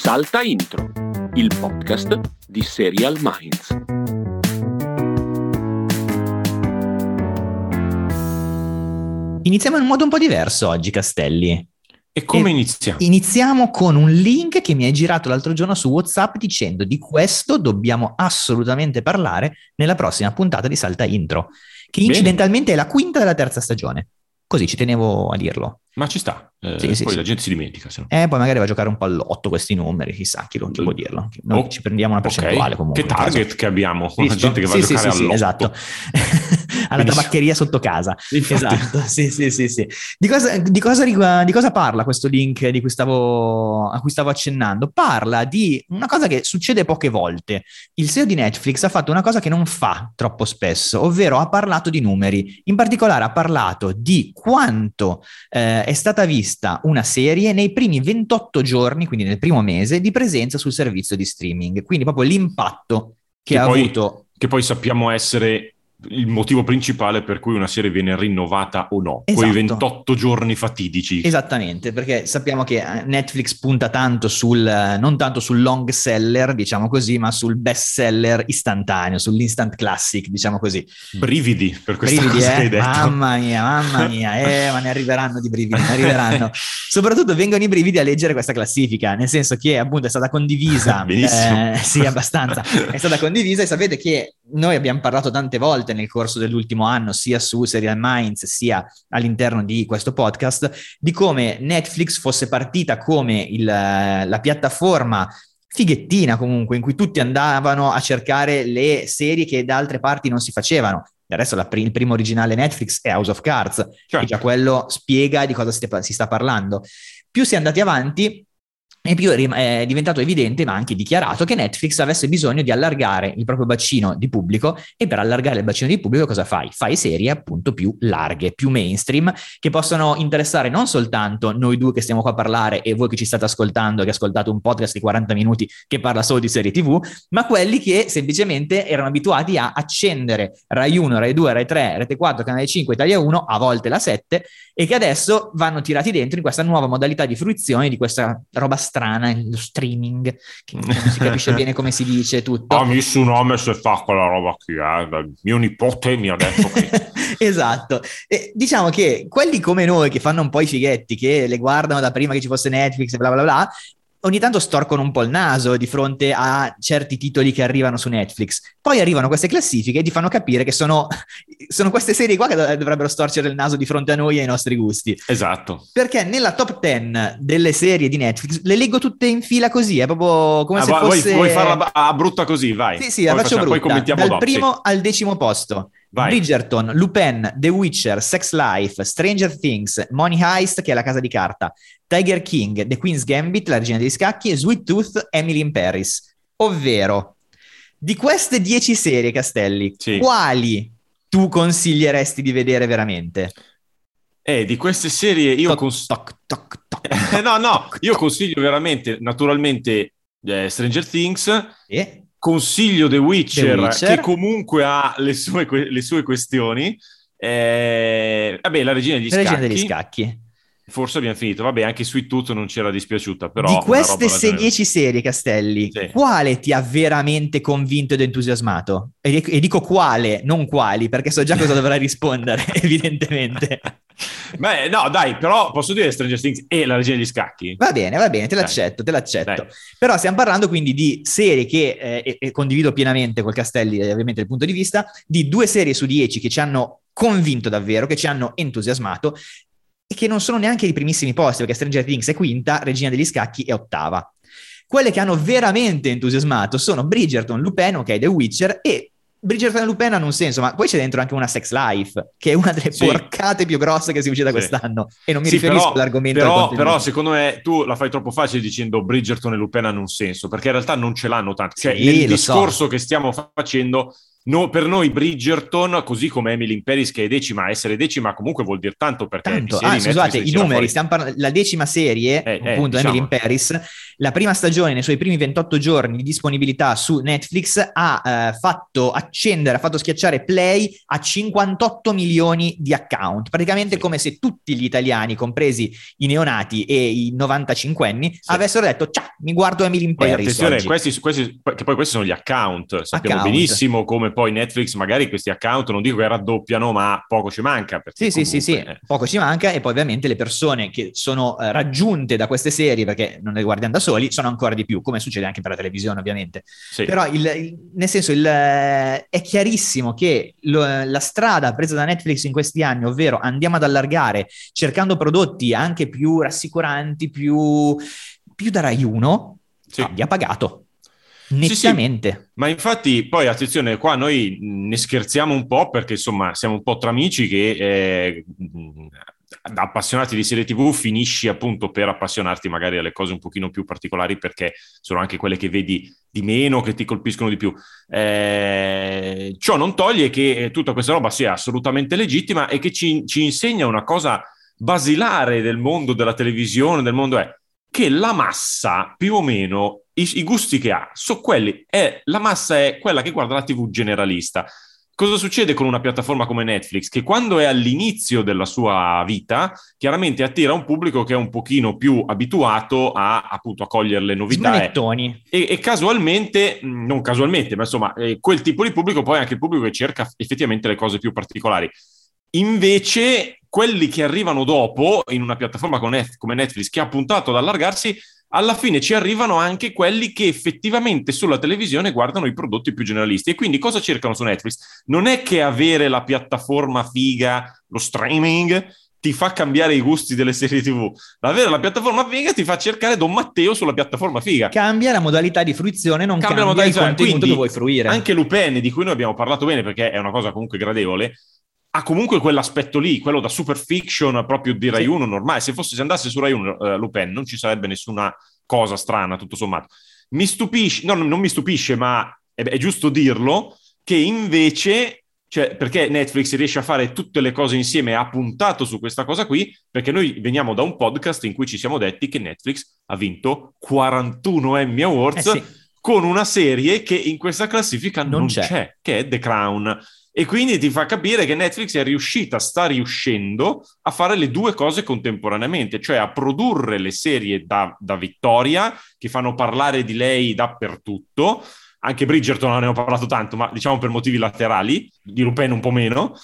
Salta Intro, il podcast di Serial Minds. Iniziamo in un modo un po' diverso oggi, Castelli. E come iniziamo? Iniziamo con un link che mi hai girato l'altro giorno su WhatsApp dicendo: di questo dobbiamo assolutamente parlare nella prossima puntata di Salta Intro, che incidentalmente è la quinta della terza stagione. Così ci tenevo a dirlo. Ma ci sta, Sì, poi la gente si dimentica. Se no. Poi magari va a giocare un po' all'otto questi numeri, chissà chi può dirlo. Noi ci prendiamo una percentuale comunque. Che target che abbiamo, la gente che va a giocare all'otto. Esatto. Alla tabaccheria sotto casa. Infatti. Esatto, sì. Di cosa parla questo link a cui stavo accennando? Parla di una cosa che succede poche volte. Il CEO di Netflix ha fatto una cosa che non fa troppo spesso, ovvero ha parlato di numeri. In particolare ha parlato di quanto è stata vista una serie nei primi 28 giorni, quindi nel primo mese, di presenza sul servizio di streaming. Quindi proprio l'impatto che ha avuto. Che poi sappiamo essere il motivo principale per cui una serie viene rinnovata o no, esatto. Quei 28 giorni fatidici. Esattamente, perché sappiamo che Netflix punta tanto non tanto sul long seller, diciamo così, ma sul best seller istantaneo, sull'instant classic, diciamo così. Brividi per questa cosa che hai detto. Mamma mia, ma ne arriveranno di brividi, ne arriveranno. Soprattutto vengono i brividi a leggere questa classifica, nel senso che appunto è stata condivisa. Benissimo. Sì, abbastanza. È stata condivisa e sapete che noi abbiamo parlato tante volte nel corso dell'ultimo anno, sia su Serial Minds sia all'interno di questo podcast, di come Netflix fosse partita come la piattaforma fighettina comunque, in cui tutti andavano a cercare le serie che da altre parti non si facevano. Del resto il primo originale Netflix è House of Cards, certo. E già quello spiega di cosa si sta parlando. Più si è andati avanti, e più è diventato evidente, ma anche dichiarato, che Netflix avesse bisogno di allargare il proprio bacino di pubblico, e per allargare il bacino di pubblico cosa fai? Fai serie appunto più larghe, più mainstream, che possono interessare non soltanto noi due che stiamo qua a parlare e voi che ci state ascoltando, che ascoltate un podcast di 40 minuti che parla solo di serie TV, ma quelli che semplicemente erano abituati a accendere Rai 1, Rai 2, Rai 3, Rete 4, Canale 5, Italia 1, a volte la 7, e che adesso vanno tirati dentro in questa nuova modalità di fruizione di questa roba strana, lo streaming, che non si capisce bene come si dice tutto. Ah, nessun nome se fa quella roba qui, mio nipote mi ha detto che... Esatto, e diciamo che quelli come noi che fanno un po' i fighetti, che le guardano da prima che ci fosse Netflix e bla bla bla, ogni tanto storcono un po' il naso di fronte a certi titoli che arrivano su Netflix. Poi arrivano queste classifiche e ti fanno capire che sono queste serie qua che dovrebbero storcere il naso di fronte a noi e ai nostri gusti. Esatto. Perché nella top 10 delle serie di Netflix le leggo tutte in fila così, è proprio come se fosse... Vuoi farla a brutta così, vai. Sì, la faccio brutta. Poi commentiamo dal dopo, primo al 10° posto. Vai. Bridgerton, Lupin, The Witcher, Sex Life, Stranger Things, Money Heist, che è La Casa di Carta, Tiger King, The Queen's Gambit, La Regina degli Scacchi, e Sweet Tooth, Emily in Paris. Ovvero, di queste 10 serie, Castelli, sì, quali tu consiglieresti di vedere veramente? Di queste serie io io consiglio veramente, naturalmente, Stranger Things, consiglio The Witcher, che comunque ha le sue questioni. La Regina degli Scacchi. Forse abbiamo finito. Vabbè, anche Sweet Tooth non c'era dispiaciuta, però... Di queste 10 serie, Castelli, sì, quale ti ha veramente convinto ed entusiasmato? E dico quale, non quali, perché so già cosa dovrai rispondere, evidentemente. Beh, no, dai, però posso dire Stranger Things e La Regina degli Scacchi? Va bene, te l'accetto. Dai. Però stiamo parlando quindi di serie che, e condivido pienamente col Castelli, ovviamente, il punto di vista, di 2 serie su 10 che ci hanno convinto davvero, che ci hanno entusiasmato, e che non sono neanche i primissimi posti, perché Stranger Things è quinta, Regina degli Scacchi è ottava. Quelle che hanno veramente entusiasmato sono Bridgerton, Lupin, ok, The Witcher, e Bridgerton e Lupin hanno un senso, ma poi c'è dentro anche una Sex Life, che è una delle porcate più grosse che si è uscita quest'anno, e non mi riferisco all'argomento. Però secondo me tu la fai troppo facile dicendo Bridgerton e Lupin hanno un senso, perché in realtà non ce l'hanno tanto. Cioè, nel discorso che stiamo facendo... No, per noi Bridgerton, così come Emily in Paris, che è decima, essere decima comunque vuol dire tanto, perché scusate, i numeri, la 10ª serie, appunto, diciamo. Emily in Paris, la prima stagione, nei suoi primi 28 giorni di disponibilità su Netflix, ha fatto schiacciare play a 58 milioni di account, praticamente come se tutti gli italiani, compresi i neonati e i 95enni, avessero detto ciao, mi guardo Emily in Paris. Attenzione, che poi questi sono gli account, sappiamo benissimo come poi Netflix magari questi account, non dico che raddoppiano, ma poco ci manca. Sì, poco ci manca, e poi ovviamente le persone che sono raggiunte da queste serie, perché non le guardiamo da soli, sono ancora di più, come succede anche per la televisione ovviamente. Sì. Però nel senso è chiarissimo che la strada presa da Netflix in questi anni, ovvero andiamo ad allargare cercando prodotti anche più rassicuranti, più da Rai 1, abbia pagato nettamente. Sì. Ma infatti poi attenzione, qua noi ne scherziamo un po' perché insomma siamo un po' tra amici che da appassionati di serie TV finisci appunto per appassionarti magari alle cose un pochino più particolari, perché sono anche quelle che vedi di meno, che ti colpiscono di più. Ciò non toglie che tutta questa roba sia assolutamente legittima e che ci insegna una cosa basilare del mondo della televisione, del mondo che la massa più o meno i gusti che ha sono quelli, la massa è quella che guarda la TV generalista. Cosa succede con una piattaforma come Netflix? Che quando è all'inizio della sua vita, chiaramente attira un pubblico che è un pochino più abituato a cogliere le novità. E casualmente, non casualmente, ma insomma, quel tipo di pubblico poi è anche il pubblico che cerca effettivamente le cose più particolari. Invece, quelli che arrivano dopo, in una piattaforma come Netflix, che ha puntato ad allargarsi, alla fine ci arrivano anche quelli che effettivamente sulla televisione guardano i prodotti più generalisti. E quindi cosa cercano su Netflix? Non è che avere la piattaforma figa, lo streaming, ti fa cambiare i gusti delle serie TV. Avere la piattaforma figa ti fa cercare Don Matteo sulla piattaforma figa. Cambia la modalità di fruizione, non cambia il contenuto che vuoi fruire. Anche Lupin, di cui noi abbiamo parlato bene perché è una cosa comunque gradevole, ha comunque quell'aspetto lì, quello da super fiction proprio di Rai 1 normale. Se andasse su Rai 1 Lupin, non ci sarebbe nessuna cosa strana, tutto sommato. Mi stupisce, no, non mi stupisce, ma è giusto dirlo, che invece, perché Netflix riesce a fare tutte le cose insieme, ha puntato su questa cosa qui, perché noi veniamo da un podcast in cui ci siamo detti che Netflix ha vinto 41 Emmy Awards con una serie che in questa classifica non c'è, che è The Crown. E quindi ti fa capire che Netflix sta riuscendo a fare le due cose contemporaneamente, cioè a produrre le serie da Vittoria, che fanno parlare di lei dappertutto. Anche Bridgerton non ne ho parlato tanto, ma diciamo per motivi laterali, di Lupin un po' meno.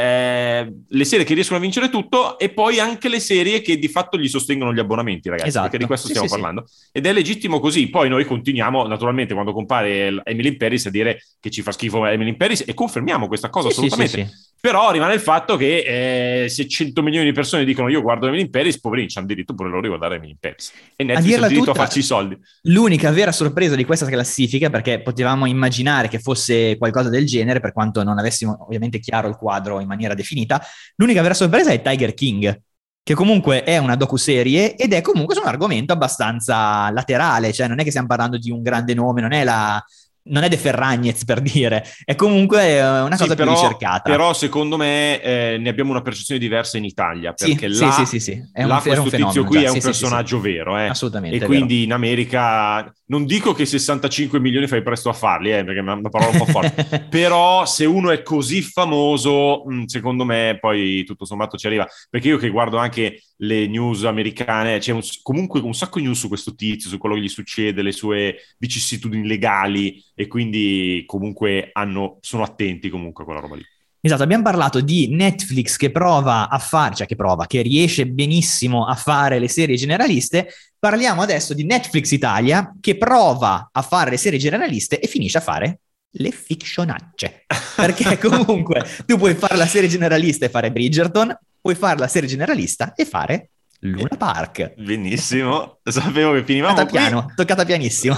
Le serie che riescono a vincere tutto, e poi anche le serie che di fatto gli sostengono gli abbonamenti, ragazzi, perché di questo stiamo parlando. Ed è legittimo così. Poi noi continuiamo, naturalmente, quando compare Emily in Paris, a dire che ci fa schifo Emily in Paris, e confermiamo questa cosa assolutamente. Però rimane il fatto che se 100 milioni di persone dicono io guardo Emily in Paris, poverini, c'hanno diritto pure loro di guardare Emily in Paris. E Netflix ha diritto a farci i soldi. L'unica vera sorpresa di questa classifica, perché potevamo immaginare che fosse qualcosa del genere, per quanto non avessimo ovviamente chiaro il quadro in maniera definita, l'unica vera sorpresa è Tiger King, che comunque è una docuserie ed è comunque su un argomento abbastanza laterale, cioè non è che stiamo parlando di un grande nome, non è De Ferragnez, per dire, è comunque una cosa più ricercata. Però secondo me ne abbiamo una percezione diversa in Italia, perché è questo tizio qui è un personaggio vero, assolutamente. E quindi in America non dico che 65 milioni fai presto a farli, perché è una parola un po' forte, però se uno è così famoso, secondo me poi tutto sommato ci arriva, perché io che guardo anche le news americane, c'è comunque un sacco di news su questo tizio, su quello che gli succede, le sue vicissitudini legali, e quindi comunque sono attenti comunque a quella roba lì. Esatto, abbiamo parlato di Netflix che prova a fare, che riesce benissimo a fare le serie generaliste. Parliamo adesso di Netflix Italia che prova a fare le serie generaliste e finisce a fare le fictionacce. Perché comunque tu puoi fare la serie generalista e fare Bridgerton, puoi fare la serie generalista e fare Luna Park. Benissimo, sapevo che finivamo toccata pianissimo.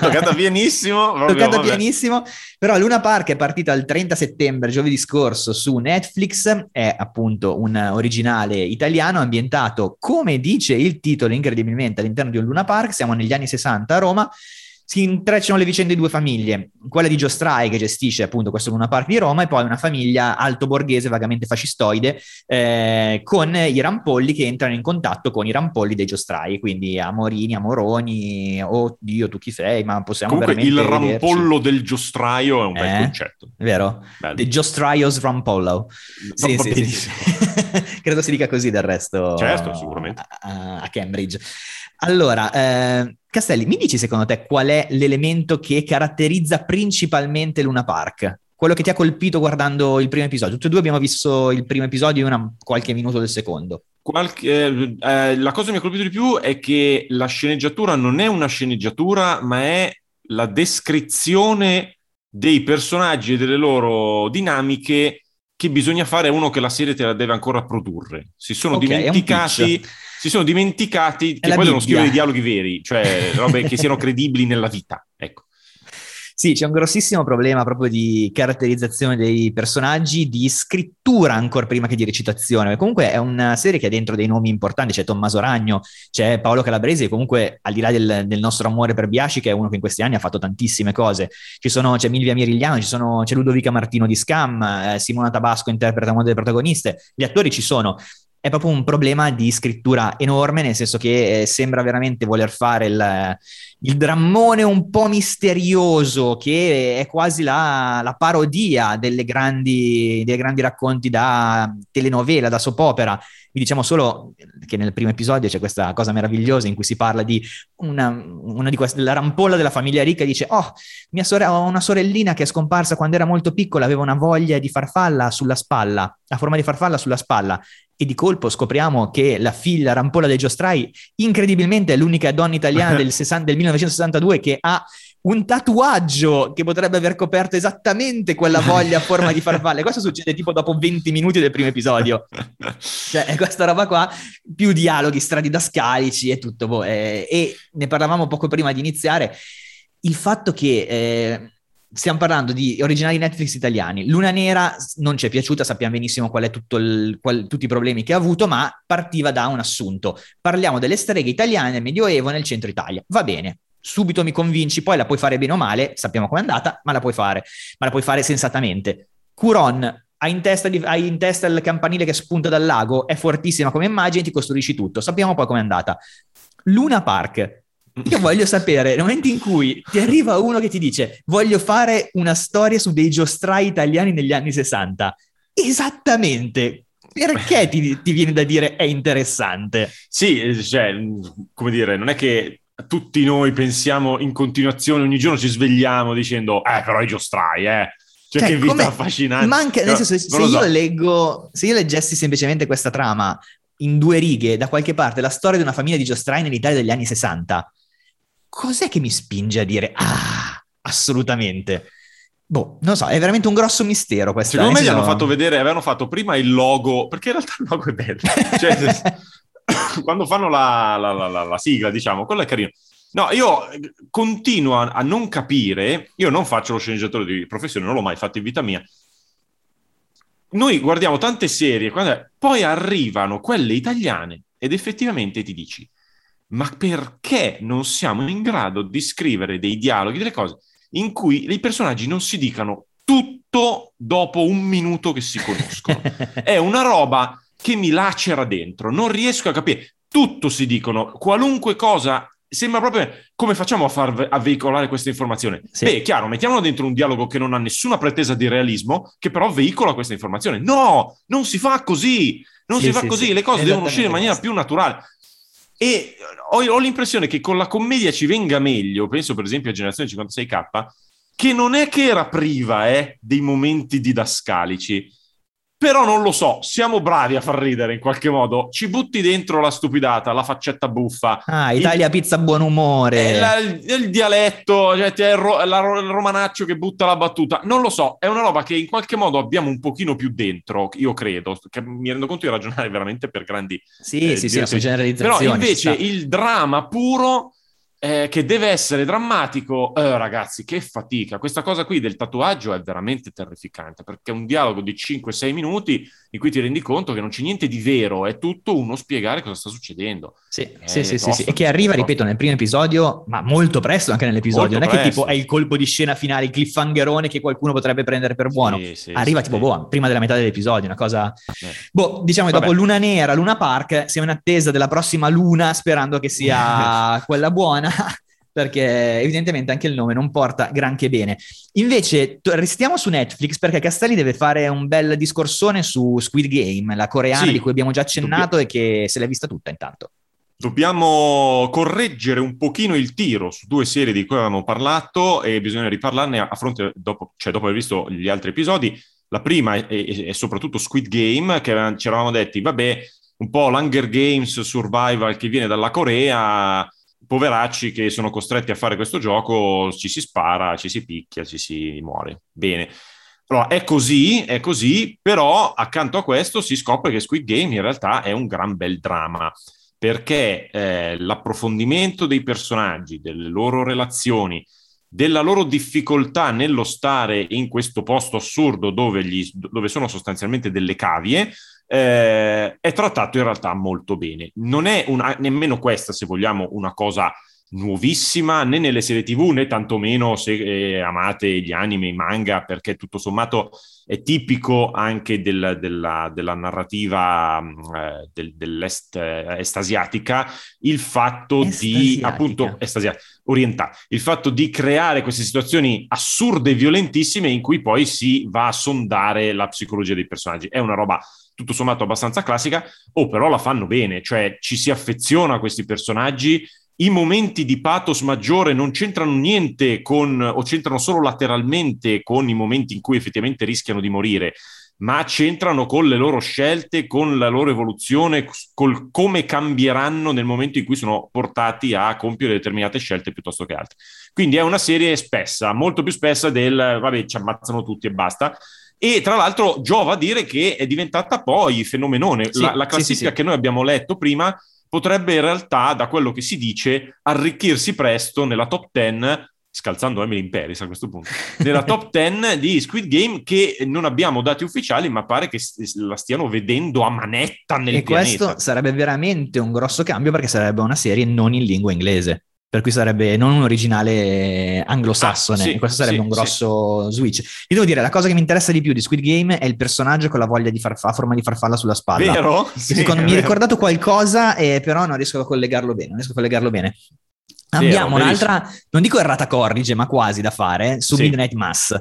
Pianissimo, però Luna Park è partita il 30 settembre, giovedì scorso, su Netflix, è appunto un originale italiano ambientato, come dice il titolo incredibilmente, all'interno di un Luna Park. Siamo negli anni 60 a Roma. si intrecciano le vicende di due famiglie, quella di Giostrai che gestisce appunto questo Luna Park di Roma e poi una famiglia alto borghese vagamente fascistoide con i rampolli che entrano in contatto con i rampolli dei Giostrai, quindi Amorini, Amoroni, oddio tu chi sei, ma possiamo comunque veramente il rampollo del giostraio è un bel concetto. Vero? Bello. The Giostraios Rampollo. Sì, sì, benissimo. Sì. Credo si dica così del resto. Certo, sicuramente. A Cambridge. Allora, Castelli, mi dici secondo te qual è l'elemento che caratterizza principalmente Luna Park? Quello che ti ha colpito guardando il primo episodio? Tutti e due abbiamo visto il primo episodio e qualche minuto del secondo. La cosa che mi ha colpito di più è che la sceneggiatura non è una sceneggiatura, ma è la descrizione dei personaggi e delle loro dinamiche che bisogna fare a uno che la serie te la deve ancora produrre. Si sono dimenticati che poi devono scrivere i dialoghi veri, cioè robe che siano credibili nella vita, ecco. Sì, c'è un grossissimo problema proprio di caratterizzazione dei personaggi, di scrittura ancora prima che di recitazione. Comunque è una serie che ha dentro dei nomi importanti, c'è Tommaso Ragno, c'è Paolo Calabresi, e comunque al di là del nostro amore per Biasci, che è uno che in questi anni ha fatto tantissime cose, c'è Milvia Mirigliano, c'è Ludovica Martino di Scam, Simona Tabasco interpreta una delle protagoniste, gli attori ci sono. È proprio un problema di scrittura enorme, nel senso che sembra veramente voler fare il drammone un po' misterioso, che è quasi la parodia dei grandi racconti da telenovela, da soap opera. Vi diciamo solo che nel primo episodio c'è questa cosa meravigliosa in cui si parla di una di queste, la rampolla della famiglia ricca, e dice: ho una sorellina che è scomparsa quando era molto piccola, aveva una voglia di farfalla sulla spalla, a forma di farfalla sulla spalla. E di colpo scopriamo che la figlia rampolla dei Giostrai, incredibilmente, è l'unica donna italiana del 1962 che ha un tatuaggio che potrebbe aver coperto esattamente quella voglia a forma di farfalla. E questo succede tipo dopo 20 minuti del primo episodio. Cioè, questa roba qua, più dialoghi stradidascalici e tutto. E ne parlavamo poco prima di iniziare, il fatto che... stiamo parlando di originali Netflix italiani. Luna Nera non ci è piaciuta, sappiamo benissimo qual è tutti i problemi che ha avuto, ma partiva da un assunto. Parliamo delle streghe italiane nel Medioevo nel centro Italia. Va bene, subito mi convinci, poi la puoi fare bene o male, sappiamo com'è andata, ma la puoi fare sensatamente. Curon hai in testa il campanile che spunta dal lago, è fortissima come immagine, ti costruisci tutto. Sappiamo poi com'è andata. Luna Park, io voglio sapere, nel momento in cui ti arriva uno che ti dice voglio fare una storia su dei giostrai italiani negli anni 60, esattamente, perché ti viene da dire è interessante? Sì, cioè, come dire, non è che tutti noi pensiamo in continuazione, ogni giorno ci svegliamo dicendo però i giostrai, Cioè, che vita affascinante. Manca, nel senso, se io leggessi semplicemente questa trama in 2 righe, da qualche parte, la storia di una famiglia di giostrai nell'Italia degli anni 60, cos'è che mi spinge a dire assolutamente? Boh, non so, è veramente un grosso mistero questa. Secondo me gli hanno fatto vedere, avevano fatto prima il logo, perché in realtà il logo è bello. Cioè, quando fanno la sigla, diciamo, quello è carino. No, io continuo a non capire, io non faccio lo sceneggiatore di professione, non l'ho mai fatto in vita mia. Noi guardiamo tante serie, poi arrivano quelle italiane ed effettivamente ti dici: ma perché non siamo in grado di scrivere dei dialoghi, delle cose in cui i personaggi non si dicano tutto dopo un minuto che si conoscono? È una roba che mi lacera dentro, non riesco a capire. Tutto si dicono, qualunque cosa, sembra proprio come facciamo a veicolare questa informazione? Sì. Beh, chiaro, mettiamolo dentro un dialogo che non ha nessuna pretesa di realismo, che però veicola questa informazione. No, non si fa così, così, le cose devono uscire in maniera più naturale. E ho l'impressione che con la commedia ci venga meglio, penso per esempio a Generazione 56K, che non è che era priva dei momenti didascalici, però non lo so, siamo bravi a far ridere in qualche modo, ci butti dentro la stupidata, la faccetta buffa. Italia pizza buon umore. Il dialetto, cioè, il romanaccio che butta la battuta, non lo so, è una roba che in qualche modo abbiamo un pochino più dentro, io credo, che mi rendo conto di ragionare veramente per grandi sì, generalizzazioni. Però invece il dramma puro che deve essere drammatico. Ragazzi, che fatica. Questa cosa qui del tatuaggio è veramente terrificante, perché è un dialogo di 5-6 minuti in cui ti rendi conto che non c'è niente di vero, è tutto uno spiegare cosa sta succedendo. Sì. E che arriva, ripeto, nel primo episodio, ma molto presto anche nell'episodio, non è che tipo è il colpo di scena finale, il cliffhangerone che qualcuno potrebbe prendere per buono. Arriva tipo prima della metà dell'episodio, una cosa... diciamo che dopo Luna Nera, Luna Park, siamo in attesa della prossima luna, sperando che sia quella buona, perché evidentemente anche il nome non porta granché bene. Invece restiamo su Netflix, perché Castelli deve fare un bel discorsone su Squid Game, la coreana di cui abbiamo già accennato e che se l'è vista tutta intanto. Dobbiamo correggere un pochino il tiro su 2 serie di cui avevamo parlato e bisogna riparlarne a fronte, dopo aver visto gli altri episodi. La prima è soprattutto Squid Game, che ci eravamo detti, vabbè, un po' l'Hunger Games Survival che viene dalla Corea, poveracci che sono costretti a fare questo gioco, ci si spara, ci si picchia, ci si muore. Bene. Allora, è così, però accanto a questo si scopre che Squid Game in realtà è un gran bel dramma, perché l'approfondimento dei personaggi, delle loro relazioni, della loro difficoltà nello stare in questo posto assurdo dove sono sostanzialmente delle cavie, è trattato in realtà molto bene. Non è nemmeno questa, se vogliamo, una cosa nuovissima né nelle serie TV né tantomeno se amate gli anime, i manga, perché tutto sommato è tipico anche della narrativa dell'est estasiatica il fatto di appunto orientale, il fatto di creare queste situazioni assurde e violentissime in cui poi si va a sondare la psicologia dei personaggi. È una roba tutto sommato abbastanza classica, però la fanno bene, cioè ci si affeziona a questi personaggi. I momenti di pathos maggiore non c'entrano niente o c'entrano solo lateralmente con i momenti in cui effettivamente rischiano di morire, ma c'entrano con le loro scelte, con la loro evoluzione, col come cambieranno nel momento in cui sono portati a compiere determinate scelte piuttosto che altre. Quindi è una serie spessa, molto più spessa del vabbè, ci ammazzano tutti e basta. E tra l'altro giova a dire che è diventata poi fenomenone. La classifica che noi abbiamo letto prima potrebbe in realtà, da quello che si dice, arricchirsi presto nella top 10, scalzando Emily in Paris a questo punto, nella top 10 di Squid Game, che non abbiamo dati ufficiali, ma pare che la stiano vedendo a manetta nel pianeta. E questo sarebbe veramente un grosso cambio, perché sarebbe una serie non in lingua inglese, per cui sarebbe non un originale anglosassone, questo sarebbe un grosso switch. Io devo dire, la cosa che mi interessa di più di Squid Game è il personaggio con la voglia di forma di farfalla sulla spalla. Vero? Secondo me mi ha ricordato qualcosa, però non riesco a collegarlo bene. Abbiamo un'altra, non dico errata corrige, ma quasi da fare, su Midnight Mass.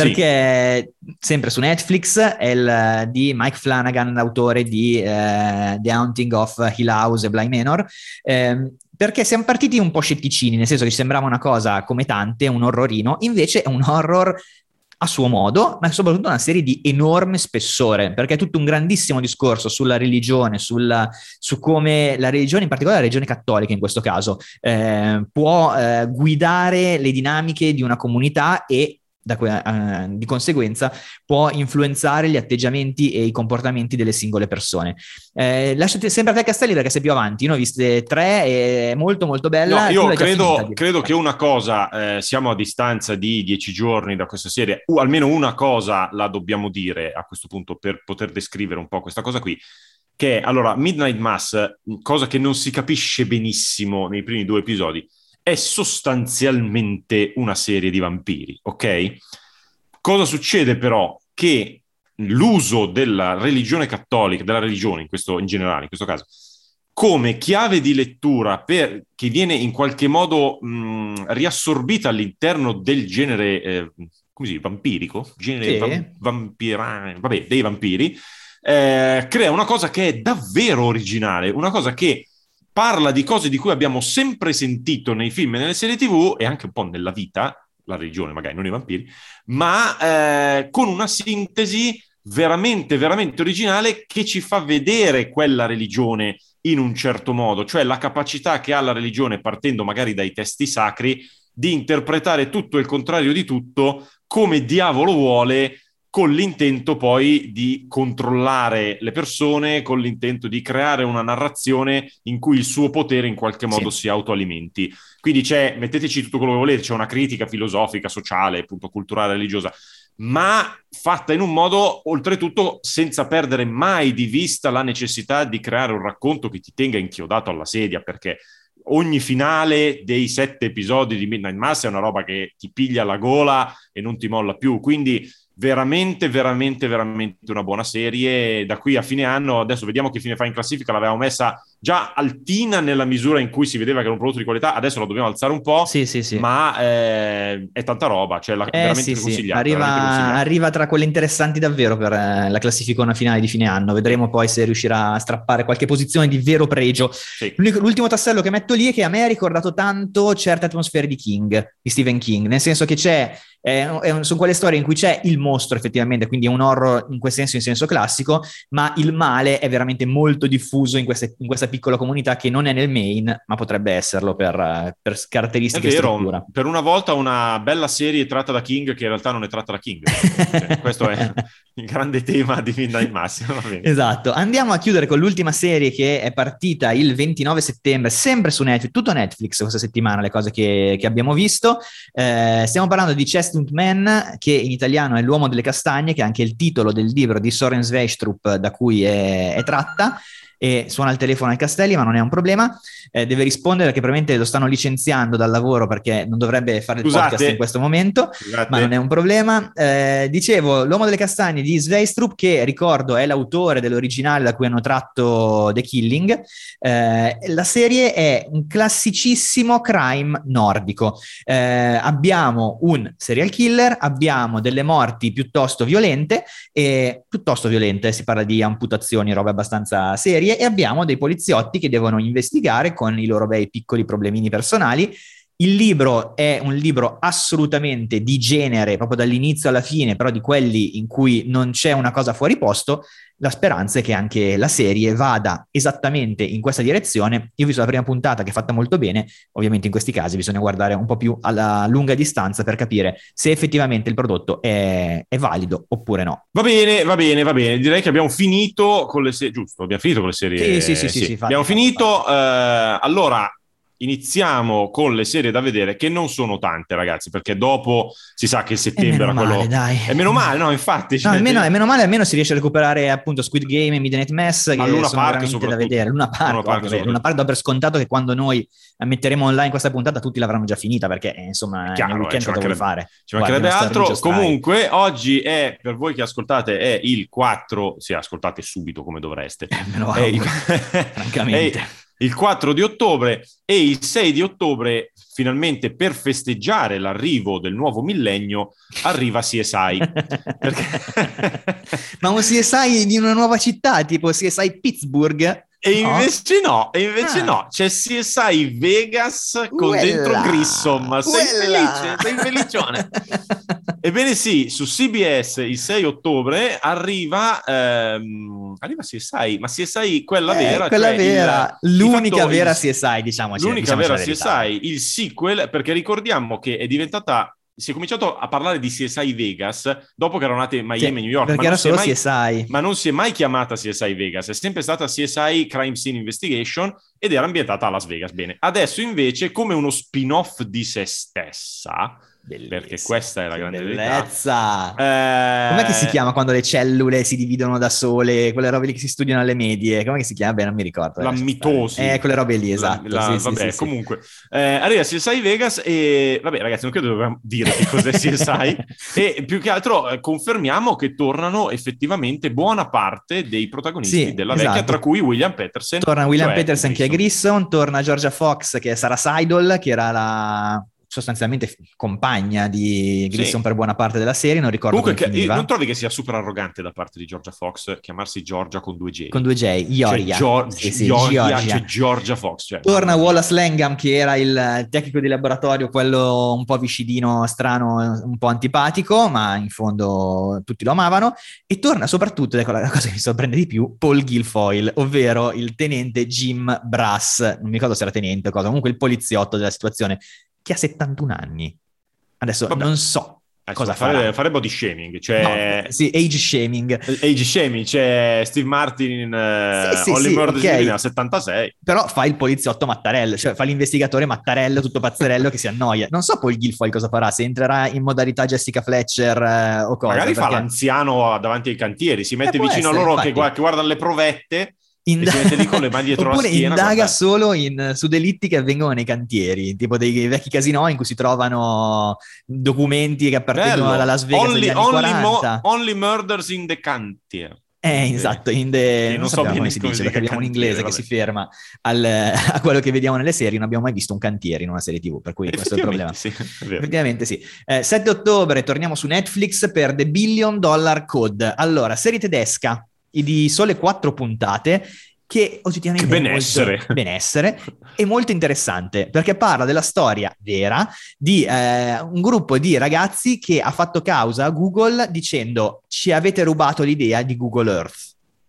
Perché sempre su Netflix è di Mike Flanagan, l'autore di The Haunting of Hill House e Bly Manor, perché siamo partiti un po' scetticini, nel senso che ci sembrava una cosa come tante, un horrorino, invece è un horror a suo modo, ma soprattutto una serie di enorme spessore, perché è tutto un grandissimo discorso sulla religione, su come la religione, in particolare la religione cattolica in questo caso, può guidare le dinamiche di una comunità e di conseguenza può influenzare gli atteggiamenti e i comportamenti delle singole persone. Lasciate sempre a te, Castelli, perché sei più avanti. Io ne ho viste 3, è molto molto bella. No, io credo che una cosa, siamo a distanza di 10 giorni da questa serie, almeno una cosa la dobbiamo dire a questo punto per poter descrivere un po' questa cosa qui, che allora Midnight Mass, cosa che non si capisce benissimo nei primi 2 episodi, è sostanzialmente una serie di vampiri, ok? Cosa succede però? Che l'uso della religione cattolica, della religione in generale, in questo caso, come chiave di lettura che viene in qualche modo riassorbita all'interno del genere, come si dice, vampirico? Genere vabbè, dei vampiri, crea una cosa che è davvero originale, una cosa che parla di cose di cui abbiamo sempre sentito nei film e nelle serie TV e anche un po' nella vita, la religione magari, non i vampiri, ma con una sintesi veramente, veramente originale che ci fa vedere quella religione in un certo modo, cioè la capacità che ha la religione, partendo magari dai testi sacri, di interpretare tutto e il contrario di tutto come diavolo vuole, con l'intento poi di controllare le persone, con l'intento di creare una narrazione in cui il suo potere in qualche modo si autoalimenti. Quindi metteteci tutto quello che volete, c'è una critica filosofica, sociale, appunto culturale, religiosa, ma fatta in un modo, oltretutto, senza perdere mai di vista la necessità di creare un racconto che ti tenga inchiodato alla sedia, perché ogni finale dei 7 episodi di Midnight Mass è una roba che ti piglia la gola e non ti molla più, quindi veramente, veramente, veramente una buona serie. Da qui a fine anno, adesso vediamo che fine fa in classifica, l'avevamo messa già altina nella misura in cui si vedeva che era un prodotto di qualità, adesso la dobbiamo alzare un po', sì. ma è tanta roba, cioè veramente consigliata. Arriva tra quelle interessanti davvero per la classificona finale di fine anno, vedremo poi se riuscirà a strappare qualche posizione di vero pregio. Sì. L'ultimo tassello che metto lì è che a me ha ricordato tanto certe atmosfere di Stephen King, nel senso che sono quelle storie in cui c'è il mostro effettivamente, quindi è un horror in quel senso, in senso classico, ma il male è veramente molto diffuso in questa piccola comunità che non è nel main, ma potrebbe esserlo per caratteristiche e struttura. Per una volta una bella serie tratta da King che in realtà non è tratta da King. Questo è il grande tema di Midnight Mass. Esatto. Andiamo a chiudere con l'ultima serie che è partita il 29 settembre, sempre su Netflix, tutto Netflix questa settimana, le cose che abbiamo visto. Stiamo parlando di Chestnut Man, che in italiano è L'uomo delle castagne, che è anche il titolo del libro di Soren Sveistrup da cui è tratta. E suona il telefono ai Castelli, ma non è un problema, deve rispondere che probabilmente lo stanno licenziando dal lavoro perché non dovrebbe fare il podcast in questo momento. Ma non è un problema. Dicevo, L'uomo delle castagne di Sveistrup, che ricordo è l'autore dell'originale da cui hanno tratto The Killing. La serie è un classicissimo crime nordico. Abbiamo un serial killer, abbiamo delle morti piuttosto violente, si parla di amputazioni, robe abbastanza serie, e abbiamo dei poliziotti che devono investigare con i loro bei piccoli problemini personali. Il libro è un libro assolutamente di genere, proprio dall'inizio alla fine, però di quelli in cui non c'è una cosa fuori posto. La speranza è che anche la serie vada esattamente in questa direzione. Io ho visto la prima puntata che è fatta molto bene, ovviamente in questi casi bisogna guardare un po' più alla lunga distanza per capire se effettivamente il prodotto è valido oppure no. Va bene, direi che abbiamo finito con le serie, giusto? Abbiamo finito con le serie? Sì, abbiamo finito. Allora, iniziamo con le serie da vedere, che non sono tante, ragazzi, perché dopo si sa che settembre era quello. Dai. È meno male, no? Infatti, no, è meno male, almeno si riesce a recuperare appunto Squid Game e Midnight Mass, che Luna sono Park veramente da vedere. Luna Park do per scontato che quando noi metteremo online questa puntata tutti l'avranno già finita, perché insomma nel weekend cosa vuoi fare? Ci mancherebbe altro. Comunque oggi è, per voi che ascoltate, è il 4, sì, ascoltate subito come dovreste. Me lo auguro, francamente. Il 4 di ottobre e il 6 di ottobre, finalmente per festeggiare l'arrivo del nuovo millennio, arriva CSI. Ma un CSI di una nuova città, tipo CSI Pittsburgh? E invece no, c'è CSI Vegas con dentro Grissom. Sei felicione. Ebbene sì, su CBS il 6 ottobre arriva CSI, ma CSI quella vera, quella vera, l'unica vera CSI, diciamo. L'unica vera CSI, il sequel, perché ricordiamo che è diventata... Si è cominciato a parlare di CSI Vegas dopo che erano nate Miami e New York, perché era solo CSI. Ma non si è mai chiamata CSI Vegas, è sempre stata CSI Crime Scene Investigation ed era ambientata a Las Vegas. Bene, adesso invece come uno spin-off di se stessa, bellezza, perché questa è la grande bellezza. Com'è che si chiama quando le cellule si dividono da sole, quelle robe lì che si studiano alle medie? Com'è che si chiama? Beh, non mi ricordo. La mitosi. Quelle robe lì, esatto. Vabbè, comunque. Arriva CSI Vegas e, vabbè, ragazzi, non credo dobbiamo dire che cos'è CSI. E più che altro confermiamo che tornano effettivamente buona parte dei protagonisti della vecchia, tra cui William Petersen. Torna William Petersen, che è Grissom, torna Georgia Fox, che è Sarah Seidel, che era la... sostanzialmente compagna di Grissom per buona parte della serie, non ricordo come finiva. Non trovi che sia super arrogante da parte di Georgia Fox chiamarsi Georgia con 2 J? Con 2 J, Ioria. C'è Georgia Fox. Cioè, torna Wallace Langham, che era il tecnico di laboratorio, quello un po' viscidino, strano, un po' antipatico, ma in fondo tutti lo amavano. E torna soprattutto, ecco la cosa che mi sorprende di più, Paul Guilfoyle, ovvero il tenente Jim Brass, non mi ricordo se era tenente o cosa, comunque il poliziotto della situazione, che ha 71 anni. Adesso non so cosa farà? Fare body shaming, cioè... No, sì, age shaming. Age shaming, c'è Steve Martin in Only Murders in the Building a 76. Però fa il poliziotto Mattarello, cioè fa l'investigatore Mattarello, tutto pazzerello che si annoia. Non so poi il Guilfoyle cosa farà, se entrerà in modalità Jessica Fletcher o cosa. Magari fa l'anziano davanti ai cantieri, si mette vicino a loro che guardano le provette... si mette lì con le mani dietro la schiena. Indaga solo su delitti che avvengono nei cantieri, tipo dei vecchi casinò in cui si trovano documenti che appartengono alla Las Vegas degli anni 40. Only Murders in the Cantier. Esatto, non so bene come si dice, perché abbiamo un inglese che si ferma a quello che vediamo nelle serie. Non abbiamo mai visto un cantiere in una serie TV, per cui questo è il problema. Sì, effettivamente sì. 7 ottobre torniamo su Netflix per The $1 Billion Code. Allora, serie tedesca di sole 4 puntate che oggettivamente benessere è molto interessante, perché parla della storia vera di un gruppo di ragazzi che ha fatto causa a Google dicendo: ci avete rubato l'idea di Google Earth.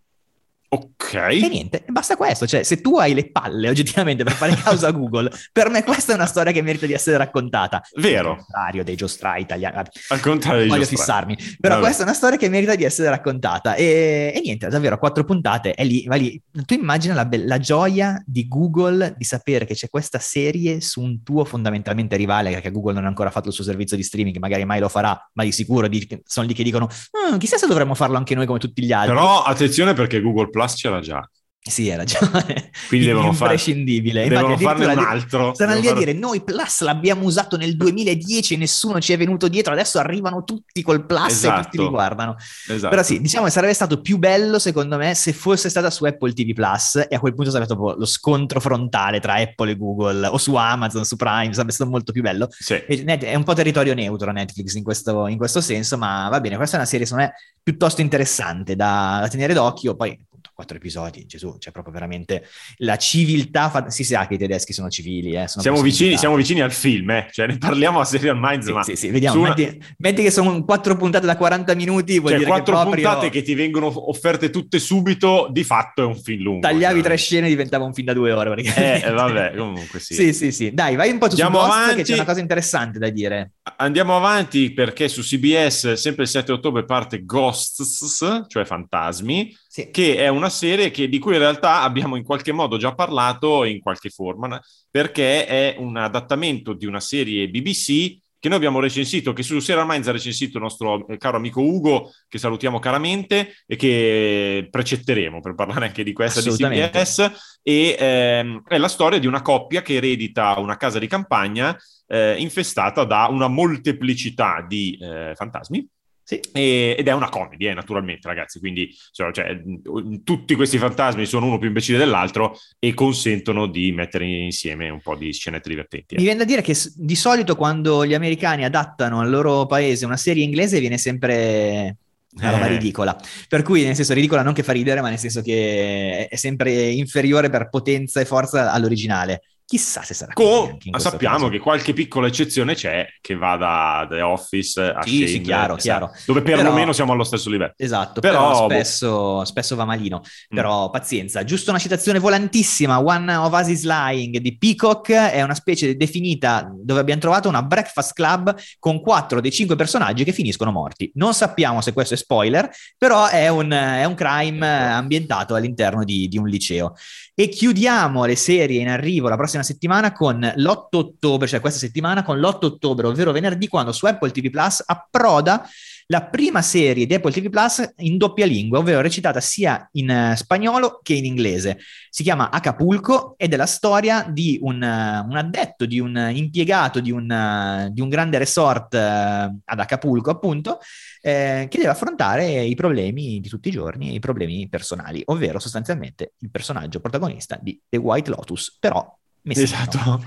Ok. E niente, basta questo. Cioè, se tu hai le palle oggettivamente per fare causa a Google, per me questa è una storia che merita di essere raccontata. Vero. Al contrario dei giostrai italiani. Al contrario dei voglio giostrai. fissarmi. Però questa è una storia che merita di essere raccontata. E niente, davvero, 4 puntate. È lì, va lì. Tu immagina la gioia di Google di sapere che c'è questa serie su un tuo fondamentalmente rivale, perché Google non ha ancora fatto il suo servizio di streaming, magari mai lo farà, ma di sicuro sono lì che dicono chissà se dovremmo farlo anche noi come tutti gli altri. Però attenzione, perché Google Plus c'era già. Sì, hai ragione. Quindi devono imprescindibile. Devono farne un altro. Saranno lì a dire: noi Plus l'abbiamo usato nel 2010 e nessuno ci è venuto dietro, adesso arrivano tutti col Plus e tutti li guardano. Esatto. Però sì, diciamo che sarebbe stato più bello secondo me se fosse stata su Apple TV Plus, e a quel punto sarebbe stato lo scontro frontale tra Apple e Google, o su Amazon, su Prime, sarebbe stato molto più bello. Sì. È un po' territorio neutro Netflix in questo senso, ma va bene, questa è una serie secondo me piuttosto interessante da tenere d'occhio. Poi 4 episodi, Gesù, c'è proprio veramente la civiltà. Si sa che i tedeschi sono civili. Siamo vicini al film, cioè ne parliamo a Serial Minds. Sì, ma sì, vediamo. Metti che sono 4 puntate da 40 minuti, vuol dire 4 che proprio puntate che ti vengono offerte tutte subito, di fatto è un film lungo. Tagliavi 3 scene e diventava un film da 2 ore. Vabbè, comunque sì. Sì. Dai, vai un po' su Ghost, che c'è una cosa interessante da dire. Andiamo avanti, perché su CBS, sempre il 7 ottobre, parte Ghosts, cioè fantasmi, che è una serie di cui in realtà abbiamo in qualche modo già parlato in qualche forma, perché è un adattamento di una serie BBC che noi abbiamo recensito, che su Serial Minds ha recensito il nostro caro amico Ugo, che salutiamo caramente e che precetteremo per parlare anche di questa di CBS. E è la storia di una coppia che eredita una casa di campagna infestata da una molteplicità di fantasmi. Sì. Ed è una comedy, naturalmente, ragazzi, quindi cioè, tutti questi fantasmi sono uno più imbecille dell'altro e consentono di mettere insieme un po' di scenette divertenti. Mi viene da dire che di solito quando gli americani adattano al loro paese una serie inglese viene sempre una roba ridicola, per cui nel senso ridicola non che fa ridere, ma nel senso che è sempre inferiore per potenza e forza all'originale. Chissà se sarà così. Sappiamo che qualche piccola eccezione c'è, che va da The Office a Shane, sì, chiaro. Dove perlomeno siamo allo stesso livello. Esatto, però spesso va malino. Però pazienza. Giusto una citazione volantissima: One of Us is Lying di Peacock è una specie definita dove abbiamo trovato una breakfast club con 4 dei 5 personaggi che finiscono morti. Non sappiamo se questo è spoiler, però è un crime ambientato all'interno di un liceo. E chiudiamo le serie in arrivo la prossima settimana con l'8 ottobre, cioè questa settimana con l'8 ottobre, ovvero venerdì, quando su Apple TV Plus approda la prima serie di Apple TV Plus in doppia lingua, ovvero recitata sia in spagnolo che in inglese. Si chiama Acapulco ed è la storia di un addetto, di un impiegato di un grande resort ad Acapulco, appunto, che deve affrontare i problemi di tutti i giorni, i problemi personali, ovvero sostanzialmente il personaggio protagonista di The White Lotus, però esatto.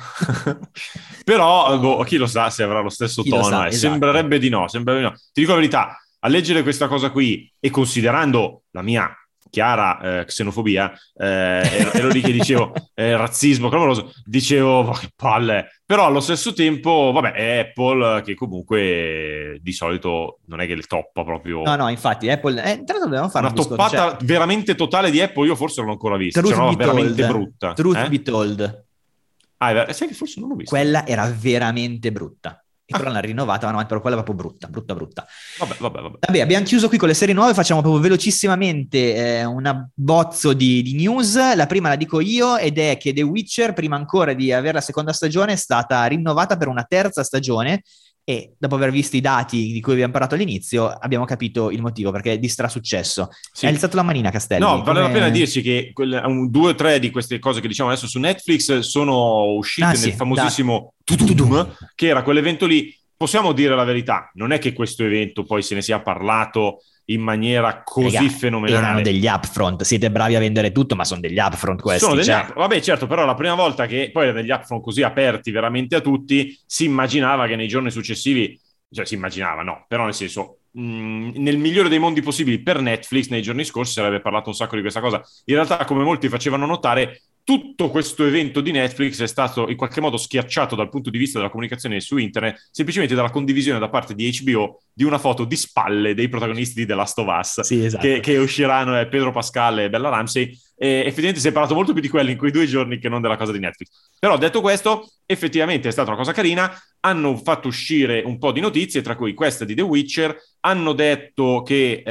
Però chi lo sa se avrà lo stesso tono, esatto. Sembrerebbe di no. Ti dico la verità, a leggere questa cosa qui e considerando la mia chiara xenofobia, ero lì che dicevo razzismo clamoroso, dicevo che palle, però allo stesso tempo vabbè, è Apple, che comunque di solito non è che il toppa proprio. No, infatti Apple tra l'altro dobbiamo fare una toppata veramente totale di Apple. Io forse non l'ho ancora vista, no, veramente brutta. Truth be told, sai che forse non l'ho vista. Quella era veramente brutta. e però l'hanno rinnovata, ma però quella è proprio brutta. Vabbè, abbiamo chiuso qui con le serie nuove, facciamo proprio velocissimamente un abbozzo di news. La prima la dico io, ed è che The Witcher, prima ancora di avere la seconda stagione, è stata rinnovata per una terza stagione, e dopo aver visto i dati di cui abbiamo parlato all'inizio abbiamo capito il motivo, perché di successo. Sì. Hai alzato la manina, Castelli. No, vale la pena dirci che 2 o 3 di queste cose che diciamo adesso su Netflix sono uscite nel famosissimo Tudum, che era quell'evento lì. Possiamo dire la verità, non è che questo evento poi se ne sia parlato in maniera così fenomenale. Erano degli upfront, siete bravi a vendere tutto, ma sono degli upfront questi. Sono degli vabbè, certo, però la prima volta che poi erano degli upfront così aperti veramente a tutti, si immaginava che nei giorni successivi, cioè si immaginava, no, però nel senso, nel migliore dei mondi possibili per Netflix nei giorni scorsi sarebbe parlato un sacco di questa cosa. In realtà, come molti facevano notare, tutto questo evento di Netflix è stato in qualche modo schiacciato dal punto di vista della comunicazione su internet, semplicemente dalla condivisione da parte di HBO di una foto di spalle dei protagonisti di The Last of Us, sì, esatto. che usciranno, Pedro Pascal e Bella Ramsey, e effettivamente si è parlato molto più di quelli in quei 2 giorni che non della cosa di Netflix. Però detto questo, effettivamente è stata una cosa carina, hanno fatto uscire un po' di notizie, tra cui questa di The Witcher, hanno detto che,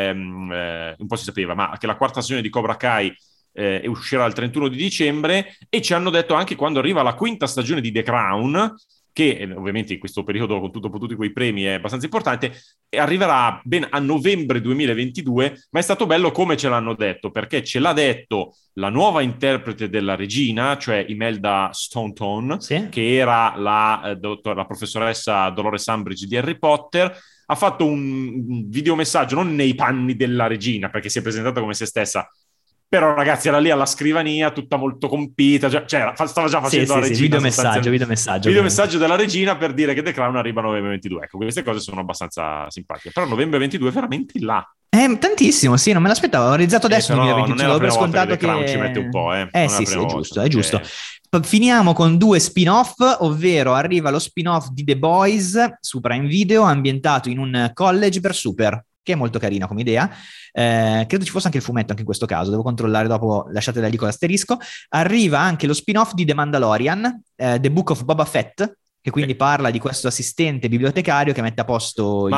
un po' si sapeva, ma che la 4ª stagione di Cobra Kai uscirà il 31 di dicembre, e ci hanno detto anche quando arriva la 5ª stagione di The Crown, che ovviamente in questo periodo con tutti quei premi è abbastanza importante, e arriverà ben a novembre 2022, ma è stato bello come ce l'hanno detto, perché ce l'ha detto la nuova interprete della regina, cioè Imelda Staunton, sì, che era la professoressa Dolores Umbridge di Harry Potter. Ha fatto un videomessaggio, non nei panni della regina, perché si è presentata come se stessa, però ragazzi era lì alla scrivania tutta molto compita, cioè stava già facendo la regina, videomessaggio della regina per dire che The Crown arriva a novembre 22. Ecco, queste cose sono abbastanza simpatiche, però novembre 22 è veramente là. Tantissimo, sì, non me l'aspettavo, ho realizzato adesso il 2022, non è la prima volta scontato che The Crown ci mette un po', sì, è giusto. Finiamo con 2 spin-off, ovvero arriva lo spin-off di The Boys su Prime Video, ambientato in un college per super, che è molto carina come idea. Credo ci fosse anche il fumetto anche in questo caso, devo controllare dopo, lasciate da lì con l'asterisco. Arriva anche lo spin-off di The Mandalorian, The Book of Boba Fett, che quindi parla di questo assistente bibliotecario che mette a posto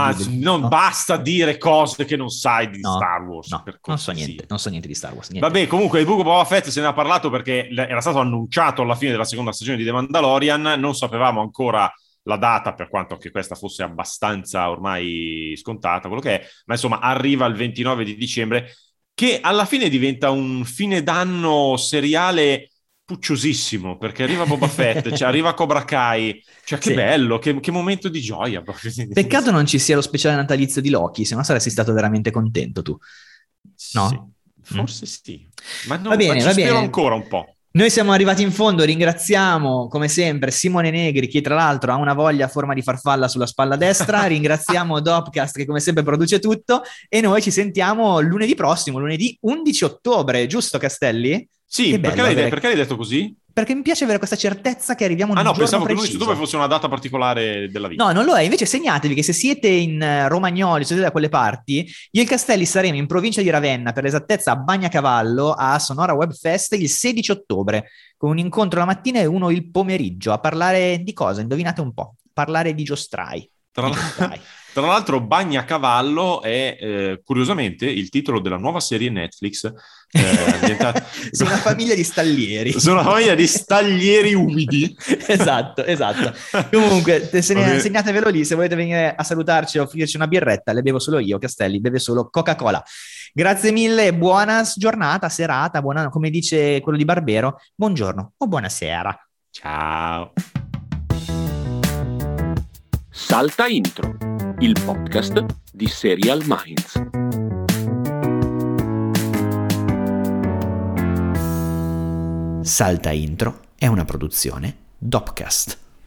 basta dire cose che non sai di Star Wars. No, non so niente di Star Wars. Vabbè, comunque il Book of Boba Fett se ne ha parlato perché era stato annunciato alla fine della 2ª stagione di The Mandalorian, non sapevamo ancora la data, per quanto anche questa fosse abbastanza ormai scontata, quello che è, ma insomma arriva il 29 di dicembre, che alla fine diventa un fine d'anno seriale pucciosissimo, perché arriva Boba Fett, cioè arriva Cobra Kai, cioè che bello, che momento di gioia. Peccato non ci sia lo speciale natalizio di Loki, se no saresti stato veramente contento tu. No? Sì, forse sì, ma no, va bene. spero ancora un po'. Noi siamo arrivati in fondo, ringraziamo come sempre Simone Negri, che tra l'altro ha una voglia a forma di farfalla sulla spalla destra, ringraziamo Dopcast che come sempre produce tutto, e noi ci sentiamo lunedì prossimo, lunedì 11 ottobre, giusto Castelli? Sì, perché l'hai detto così? Perché mi piace avere questa certezza che arriviamo un giorno pensavo preciso. Che dove fosse una data particolare della vita. No, non lo è, invece segnatevi che se siete in Romagnoli, se siete da quelle parti, io e il Castelli saremo in provincia di Ravenna, per l'esattezza a Bagnacavallo, a Sonora Web Fest il 16 ottobre, con un incontro la mattina e uno il pomeriggio, a parlare di cosa? Indovinate un po', parlare di giostrai. Tra l'altro Bagnacavallo è curiosamente il titolo della nuova serie Netflix. Su una famiglia di stallieri. Su una famiglia di staglieri umidi. Esatto. Comunque segnatevelo lì, se volete venire a salutarci e offrirci una birretta, le bevo solo io, Castelli beve solo Coca-Cola. Grazie mille, buona giornata, serata, buona, come dice quello di Barbero, buongiorno o buonasera. Ciao. Salta Intro, il podcast di Serial Minds. Salta Intro è una produzione Dopcast.